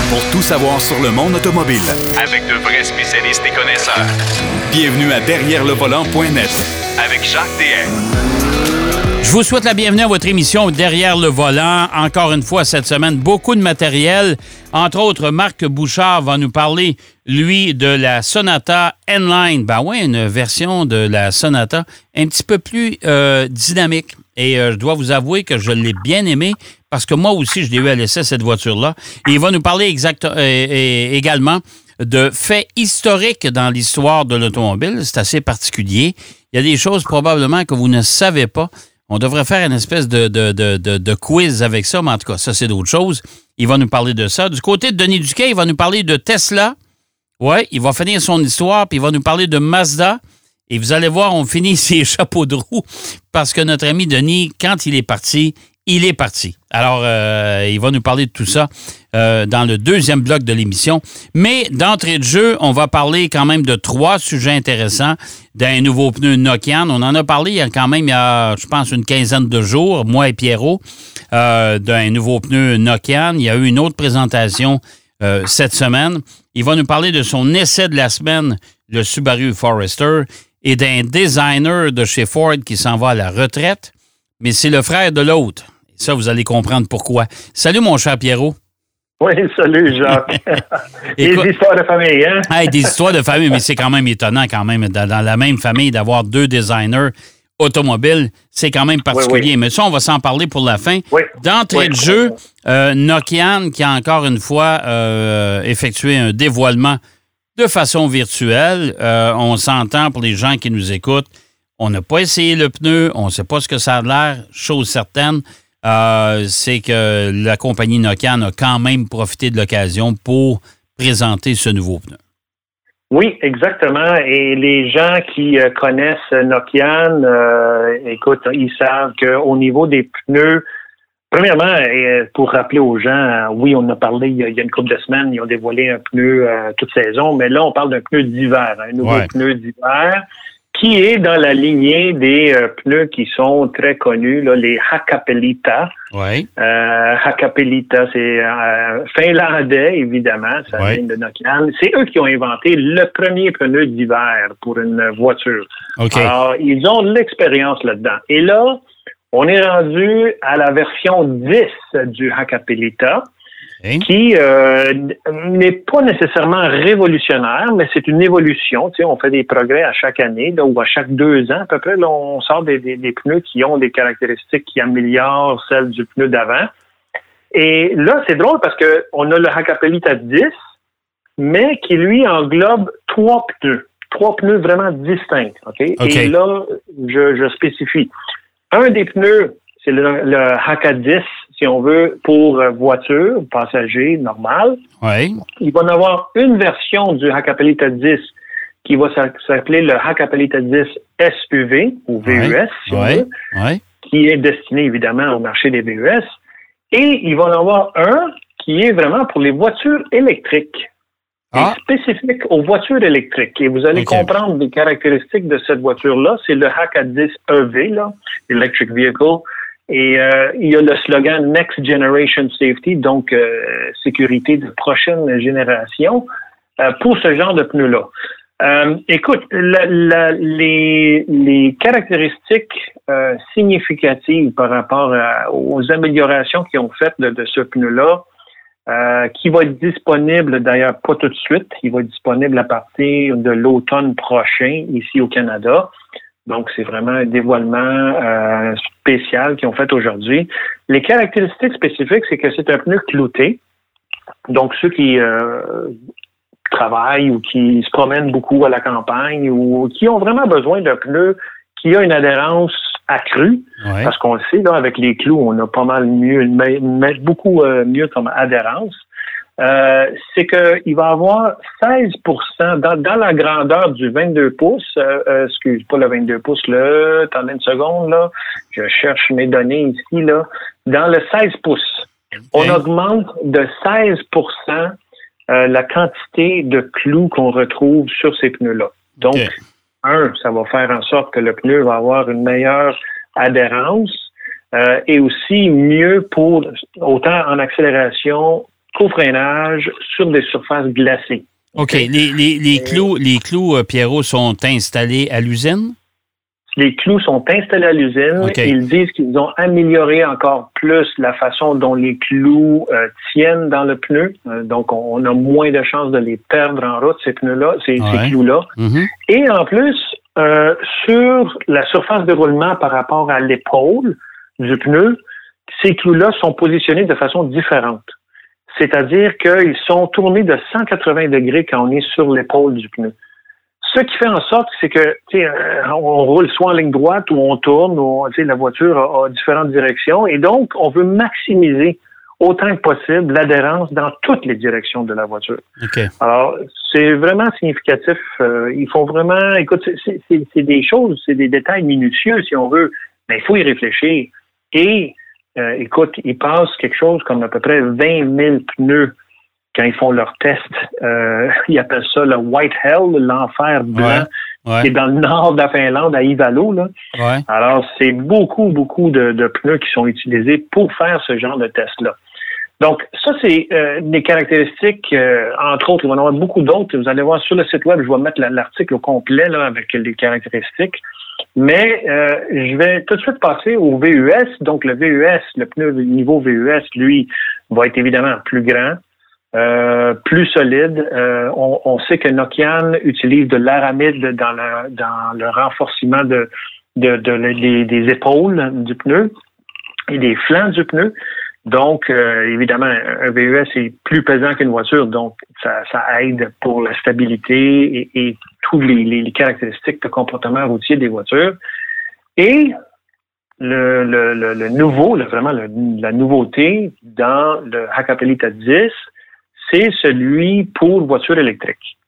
pour tout savoir sur le monde automobile. Avec de vrais spécialistes et connaisseurs. Bienvenue à Derrière le volant.net avec Jacques DM. Je vous souhaite la bienvenue à votre émission Derrière le volant. Encore une fois, cette semaine, beaucoup de matériel. Entre autres, Marc Bouchard va nous parler, lui, de la Sonata N-Line. Ben oui, une version de la Sonata un petit peu plus dynamique. Et je dois vous avouer que je l'ai bien aimée parce que moi aussi, je l'ai eu à l'essai, cette voiture-là. Et il va nous parler également de faits historiques dans l'histoire de l'automobile. C'est assez particulier. Il y a des choses probablement que vous ne savez pas. On devrait faire une espèce de quiz avec ça, mais en tout cas, ça, c'est d'autres choses. Il va nous parler de ça. Du côté de Denis Duquet, il va nous parler de Tesla. Oui, il va finir son histoire, puis il va nous parler de Mazda. Et vous allez voir, on finit ses chapeaux de roue parce que notre ami Denis, quand il est parti, il est parti. Alors, il va nous parler de tout ça dans le deuxième bloc de l'émission. Mais d'entrée de jeu, on va parler quand même de 3 sujets intéressants. D'un nouveau pneu Nokian. On en a parlé il y a quand même, je pense, une quinzaine de jours, moi et Pierrot, d'un nouveau pneu Nokian. Il y a eu une autre présentation cette semaine. Il va nous parler de son essai de la semaine, le Subaru Forester, et d'un designer de chez Ford qui s'en va à la retraite. Mais c'est le frère de l'autre. Ça, vous allez comprendre pourquoi. Salut, mon cher Pierrot. Oui, salut, Jacques. Des histoires de famille, hein? Hey, des histoires de famille, mais c'est quand même étonnant, quand même, dans la même famille, d'avoir 2 designers automobiles. C'est quand même particulier. Oui. Mais ça, on va s'en parler pour la fin. Oui. D'entrée de jeu, Nokian, qui a encore une fois effectué un dévoilement de façon virtuelle. On s'entend pour les gens qui nous écoutent. On n'a pas essayé le pneu. On ne sait pas ce que ça a l'air. Chose certaine, c'est que la compagnie Nokian a quand même profité de l'occasion pour présenter ce nouveau pneu. Oui, exactement. Et les gens qui connaissent Nokian, écoute, ils savent qu'au niveau des pneus, premièrement, pour rappeler aux gens, oui, on a parlé il y a une couple de semaines, ils ont dévoilé un pneu toute saison, mais là, on parle d'un pneu d'hiver, un nouveau pneu d'hiver qui est dans la lignée des pneus qui sont très connus, là, les Hakkapeliitta. Oui. Hakkapeliitta, c'est finlandais, évidemment, ça vient de Nokian. C'est eux qui ont inventé le premier pneu d'hiver pour une voiture. Okay. Alors, ils ont de l'expérience là-dedans. Et là, on est rendu à la version 10 du Hakkapeliitta, qui n'est pas nécessairement révolutionnaire, mais c'est une évolution. Tu sais, on fait des progrès à chaque année, là, ou à chaque 2 ans à peu près. Là, on sort des pneus qui ont des caractéristiques qui améliorent celles du pneu d'avant. Et là, c'est drôle parce que on a le Hakkapeliitta 10, mais qui, lui, englobe 3 pneus. 3 pneus vraiment distincts. Okay? Et là, je spécifie. Un des pneus, c'est le Hakka 10, si on veut, pour voiture, passager, normal. Oui. Il va y avoir une version du Hakkapeliitta 10 qui va s'appeler le Hakkapeliitta 10 SUV, ou VUS, si on veut, qui est destiné évidemment au marché des VUS. Et il va y en avoir un qui est vraiment pour les voitures électriques. Spécifique aux voitures électriques. Et vous allez comprendre les caractéristiques de cette voiture-là. C'est le Hakka 10 EV, là, Electric Vehicle. Et il y a le slogan Next Generation Safety, donc sécurité de prochaine génération, pour ce genre de pneus-là. Écoute, les caractéristiques significatives par rapport aux améliorations qu'ils ont faites de ce pneu-là, qui va être disponible d'ailleurs pas tout de suite, il va être disponible à partir de l'automne prochain ici au Canada. Donc, c'est vraiment un dévoilement spécial qu'ils ont fait aujourd'hui. Les caractéristiques spécifiques, c'est que c'est un pneu clouté. Donc, ceux qui travaillent ou qui se promènent beaucoup à la campagne ou qui ont vraiment besoin d'un pneu qui a une adhérence accrue, parce qu'on le sait, là, avec les clous, on a pas mal mieux, beaucoup mieux comme adhérence. C'est qu'il va avoir 16% dans la grandeur du 22 pouces, excuse pas le 22 pouces, là, attendez une seconde, là, je cherche mes données ici, là, dans le 16 pouces. On augmente de 16% la quantité de clous qu'on retrouve sur ces pneus-là. Donc, ça va faire en sorte que le pneu va avoir une meilleure adhérence et aussi mieux pour, autant en accélération cofreinage sur des surfaces glacées. OK. Les clous, Pierrot, sont installés à l'usine? Les clous sont installés à l'usine. Okay. Ils disent qu'ils ont amélioré encore plus la façon dont les clous tiennent dans le pneu. Donc, on a moins de chances de les perdre en route, ces pneus-là, ces clous-là. Mm-hmm. Et en plus, sur la surface de roulement par rapport à l'épaule du pneu, ces clous-là sont positionnés de façon différente. C'est-à-dire qu'ils sont tournés de 180 degrés quand on est sur l'épaule du pneu. Ce qui fait en sorte, c'est que, on roule soit en ligne droite ou on tourne, ou la voiture a différentes directions, et donc on veut maximiser autant que possible l'adhérence dans toutes les directions de la voiture. Okay. Alors, c'est vraiment significatif. Ils font vraiment, écoute, c'est des choses, c'est des détails minutieux si on veut, mais il faut y réfléchir. Et, écoute, ils passent quelque chose comme à peu près 20 000 pneus quand ils font leurs tests. Ils appellent ça le White Hell, l'enfer blanc, qui est dans le nord de la Finlande, à Ivalo. Là. Ouais. Alors, c'est beaucoup de pneus qui sont utilisés pour faire ce genre de test-là. Donc, ça, c'est des caractéristiques, entre autres, il va y en avoir beaucoup d'autres. Vous allez voir sur le site web, je vais mettre l'article au complet là, avec les caractéristiques. Mais je vais tout de suite passer au VUS. Donc, le VUS, le pneu niveau VUS, lui, va être évidemment plus grand. Plus solide. On sait que Nokian utilise de l'aramide dans le renforcement des épaules du pneu et des flancs du pneu. Donc, évidemment, un VUS est plus pesant qu'une voiture, donc ça aide pour la stabilité et tous les caractéristiques de comportement routier des voitures. Et le nouveau, vraiment la nouveauté dans le Hakkapeliitta 10, c'est celui pour voiture électrique.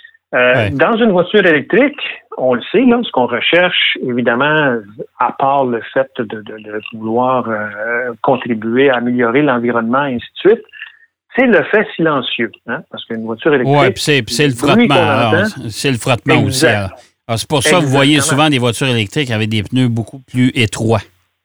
Dans une voiture électrique, on le sait, là, ce qu'on recherche, évidemment, à part le fait de vouloir contribuer à améliorer l'environnement et ainsi de suite, c'est le fait silencieux. Hein? Parce qu'une voiture électrique... Oui, puis c'est le frottement. C'est le frottement aussi. Alors, c'est pour ça que vous voyez souvent des voitures électriques avec des pneus beaucoup plus étroits.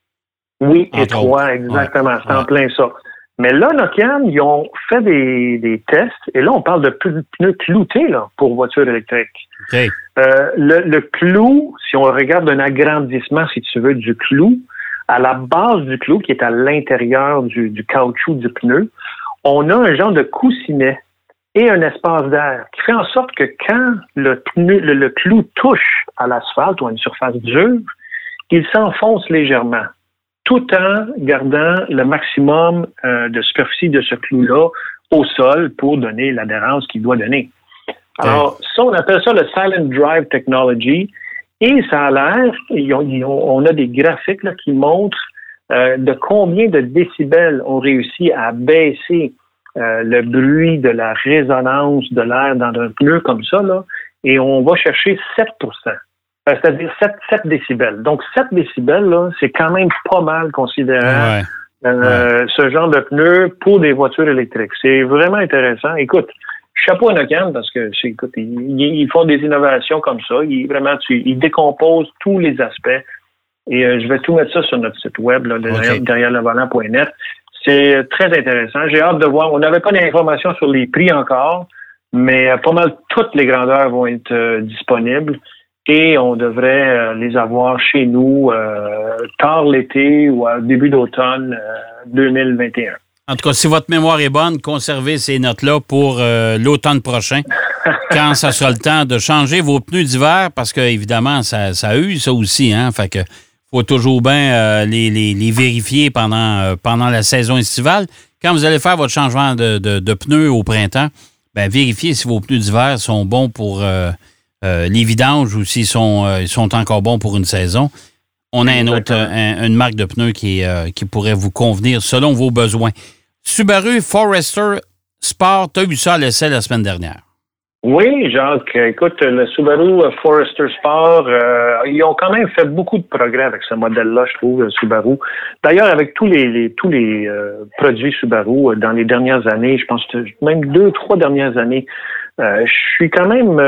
Oui, étroits, exactement. C'est en plein ça. Mais là, Nokian, ils ont fait des tests, et là, on parle de pneus cloutés là, pour voitures électriques. Okay. Le clou, si on regarde un agrandissement, si tu veux, du clou, à la base du clou, qui est à l'intérieur du caoutchouc du pneu, on a un genre de coussinet et un espace d'air qui fait en sorte que quand le clou touche à l'asphalte ou à une surface dure, il s'enfonce légèrement, tout en gardant le maximum de superficie de ce clou-là au sol pour donner l'adhérence qu'il doit donner. Alors, ça, on appelle ça le Silent Drive Technology, et ça a l'air, on a des graphiques là, qui montrent de combien de décibels on réussit à baisser le bruit de la résonance de l'air dans un pneu comme ça, là, et on va chercher 7%. C'est-à-dire 7 décibels. Donc, 7 décibels, là, c'est quand même pas mal considérant ce genre de pneu pour des voitures électriques. C'est vraiment intéressant. Écoute, chapeau à Nokian parce que, écoute, ils font des innovations comme ça. Ils décomposent tous les aspects. Et je vais tout mettre ça sur notre site web, là, derrièrelevolant.net. C'est très intéressant. J'ai hâte de voir. On n'avait pas d'informations sur les prix encore, mais pas mal toutes les grandeurs vont être disponibles. Et on devrait les avoir chez nous tard l'été ou à début d'automne 2021. En tout cas, si votre mémoire est bonne, conservez ces notes-là pour l'automne prochain, quand ça sera le temps de changer vos pneus d'hiver, parce que évidemment, ça use ça aussi, hein. Fait que faut toujours bien les vérifier pendant la saison estivale. Quand vous allez faire votre changement de pneus au printemps, ben vérifiez si vos pneus d'hiver sont bons pour les vidanges ou s'ils sont encore bons pour une saison. On a une marque de pneus qui pourrait vous convenir selon vos besoins. Subaru Forester Sport, tu as vu ça à l'essai la semaine dernière. Oui, Jacques. Écoute, le Subaru Forester Sport, ils ont quand même fait beaucoup de progrès avec ce modèle-là, je trouve, le Subaru. D'ailleurs, avec tous les produits Subaru dans les dernières années, je pense même 2-3 dernières années, je suis quand même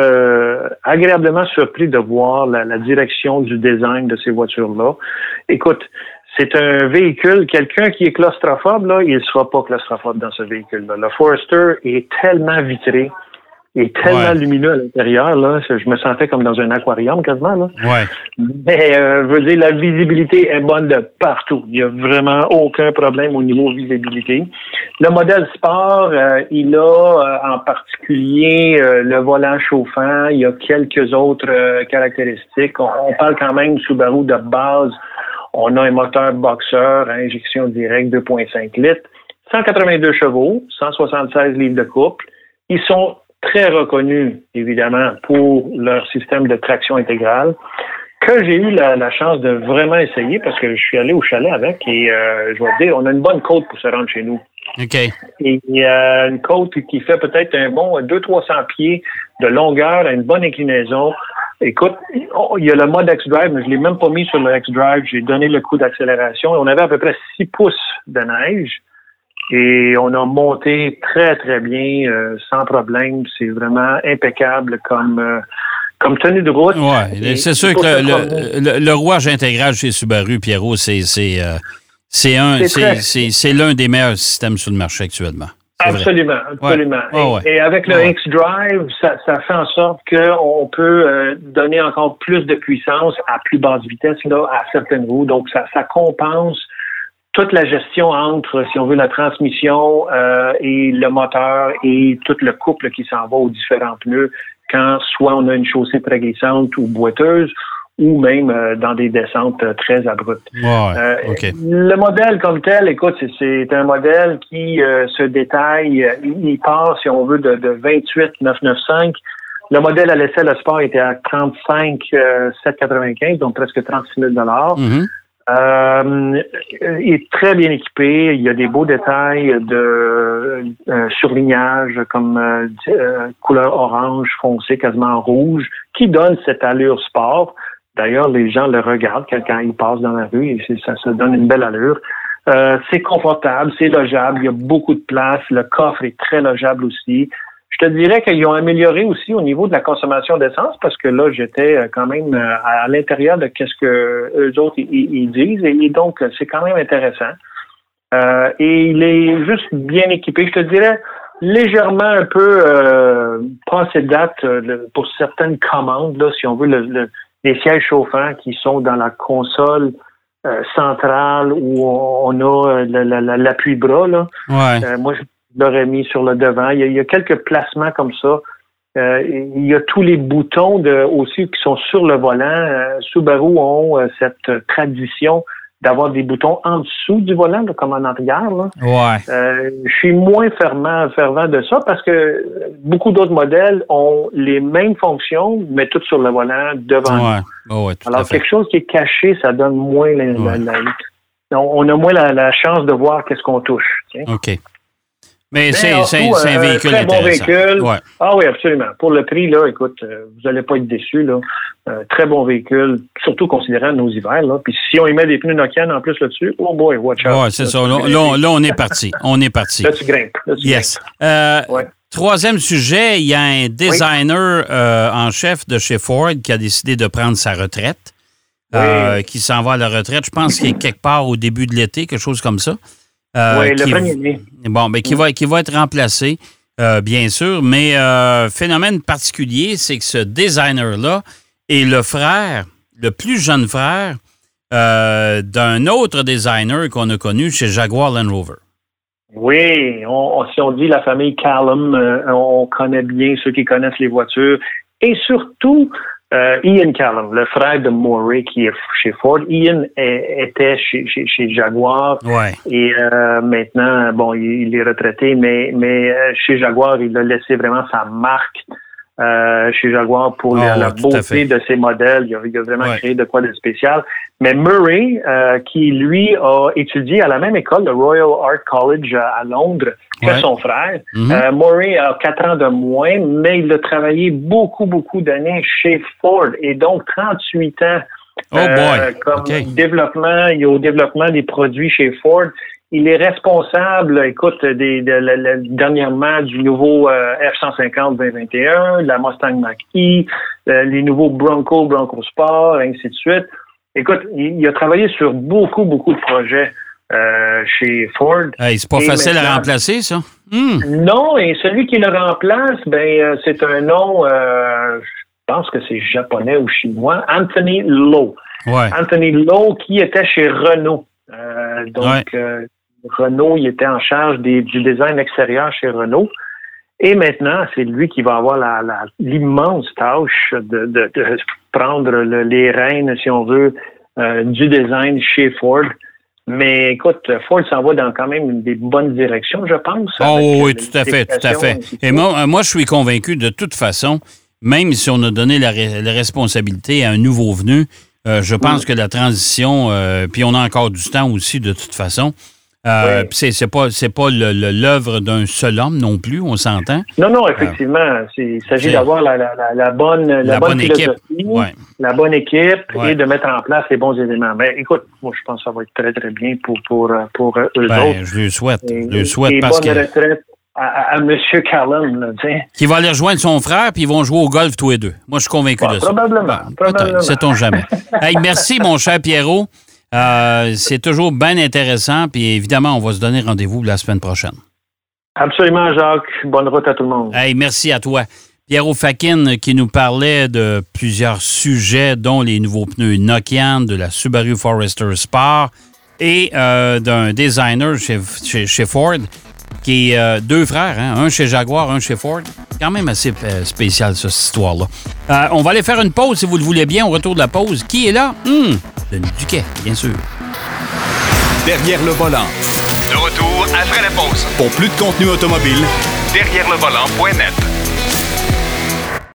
agréablement surpris de voir la direction du design de ces voitures-là. Écoute, c'est un véhicule, quelqu'un qui est claustrophobe, là, il ne sera pas claustrophobe dans ce véhicule-là. Le Forester est tellement vitré, est tellement lumineux à l'intérieur, là, je me sentais comme dans un aquarium quasiment, là. Ouais. Mais, je veux dire, la visibilité est bonne de partout. Il n'y a vraiment aucun problème au niveau visibilité. Le modèle sport, il a en particulier le volant chauffant. Il y a quelques autres caractéristiques. On parle quand même Subaru de base. On a un moteur Boxer à injection directe 2,5 litres, 182 chevaux, 176 livres de couple. Ils sont très reconnus, évidemment, pour leur système de traction intégrale, que j'ai eu la chance de vraiment essayer parce que je suis allé au chalet avec et je vais te dire, on a une bonne côte pour se rendre chez nous. OK. Et il y a une côte qui fait peut-être un bon 200-300 pieds de longueur à une bonne inclinaison. Écoute, il y a le mode X-Drive, mais je ne l'ai même pas mis sur le X-Drive. J'ai donné le coup d'accélération. On avait à peu près 6 pouces de neige. Et on a monté très, très bien, sans problème. C'est vraiment impeccable comme tenue de route. Oui, c'est sûr que le rouage intégral chez Subaru, Pierrot, c'est l'un des meilleurs systèmes sur le marché actuellement. Absolument. Et avec le X-Drive, ça fait en sorte qu'on peut donner encore plus de puissance à plus basse vitesse là, à certaines roues. Donc, ça compense toute la gestion entre, si on veut, la transmission et le moteur et tout le couple qui s'en va aux différents pneus quand soit on a une chaussée très glissante ou boiteuse ou même dans des descentes très abruptes. Le modèle comme tel, écoute, c'est un modèle qui se détaille, il part, si on veut, de 28,995. Le modèle à l'essai, le sport, était à 35,795, donc presque 36 000 $. Il est très bien équipé. Il y a des beaux détails de surlignage comme couleur orange foncé, quasiment rouge, qui donne cette allure sport. D'ailleurs, les gens le regardent quand ils passent dans la rue et ça se donne une belle allure. C'est confortable, c'est logeable, il y a beaucoup de place. Le coffre est très logeable aussi. Je te dirais qu'ils ont amélioré aussi au niveau de la consommation d'essence parce que là, j'étais quand même à l'intérieur de qu'est-ce que eux autres ils disent et donc c'est quand même intéressant. Et il est juste bien équipé. Je te dirais légèrement un peu passé de date pour certaines commandes, là, si on veut, les sièges chauffants qui sont dans la console centrale où on a l'appui-bras. Là. Moi, je l'aurais mis sur le devant. Il y a quelques placements comme ça. Il y a tous les boutons aussi qui sont sur le volant. Subaru ont cette tradition d'avoir des boutons en dessous du volant, là, comme en arrière. Là. Je suis moins fervent de ça parce que beaucoup d'autres modèles ont les mêmes fonctions, mais toutes sur le volant devant nous. Alors, quelque chose qui est caché, ça donne moins on a moins la chance de voir qu'est-ce qu'on touche. Tiens. OK. Mais c'est un véhicule très intéressant. Bon véhicule. Ah oui, absolument. Pour le prix, là, écoute, vous n'allez pas être déçus. Là. Très bon véhicule, surtout considérant nos hivers. Là. Puis si on y met des pneus Nokian en plus là-dessus, oh boy, watch out. Oui, c'est ça. Là, on est parti. Là, tu grimpes. Troisième sujet, il y a un designer en chef de chez Ford qui a décidé de prendre sa retraite, qui s'en va à la retraite. Je pense qu'il est quelque part au début de l'été, quelque chose comme ça. Le 1er mai. Bon, ben, qui va être remplacé, bien sûr. Mais phénomène particulier, c'est que ce designer-là est le plus jeune frère d'un autre designer qu'on a connu chez Jaguar Land Rover. Oui, si on dit la famille Callum, on connaît bien ceux qui connaissent les voitures. Et surtout, Ian Callum, le frère de Murray qui est chez Ford. Ian était chez Jaguar et maintenant, bon, il est retraité, mais chez Jaguar, il a laissé vraiment sa marque chez Jaguar pour la beauté de ses modèles. Il a vraiment créé de quoi de spécial. Mais Murray, qui lui a étudié à la même école, le Royal Art College à Londres, que son frère. Murray a 4 ans de moins, mais il a travaillé beaucoup d'années chez Ford et donc 38 ans développement. Il est au développement des produits chez Ford. Il est responsable, écoute, dernièrement du nouveau F-150 2021, la Mustang Mach-E, les nouveaux Bronco Sport, ainsi de suite. écoute, il a travaillé sur beaucoup de projets chez Ford. Hey, c'est pas facile à remplacer, ça? Non, et celui qui le remplace, c'est un nom, je pense que c'est japonais ou chinois, Anthony Lowe. Ouais. Anthony Lowe, qui était chez Renault. Renault, il était en charge du design extérieur chez Renault. Et maintenant, c'est lui qui va avoir l'immense tâche de prendre les rênes, si on veut, du design chez Ford. Mais écoute, Ford s'en va dans quand même des bonnes directions, je pense. Oui, tout à fait. Et moi, je suis convaincu, de toute façon, même si on a donné la responsabilité à un nouveau venu, je pense que la transition, puis on a encore du temps aussi, de toute façon. C'est pas l'œuvre d'un seul homme non plus, on s'entend. Non, effectivement. Il s'agit d'avoir la bonne équipe. La bonne équipe et de mettre en place les bons éléments. Mais écoute, moi je pense que ça va être très, très bien pour eux autres. Je le souhaite. Et parce bonne que... retraite à M. Carlin. Qui va aller rejoindre son frère, puis ils vont jouer au golf tous les deux. Moi, je suis convaincu de ça. Probablement. Sait-on jamais. Hey, merci, mon cher Pierrot. C'est toujours bien intéressant, puis évidemment, on va se donner rendez-vous la semaine prochaine. Absolument, Jacques. Bonne route à tout le monde. Hey, merci à toi. Pierrot Fakin qui nous parlait de plusieurs sujets, dont les nouveaux pneus Nokian, de la Subaru Forester Sport et d'un designer chez Ford, qui est deux frères, un chez Jaguar, un chez Ford. Quand même assez spécial, cette histoire-là. On va aller faire une pause, si vous le voulez bien, au retour de la pause. Qui est là? Denis Duquet, bien sûr. Derrière le volant. De retour après la pause. Pour plus de contenu automobile, derrière le volant.net.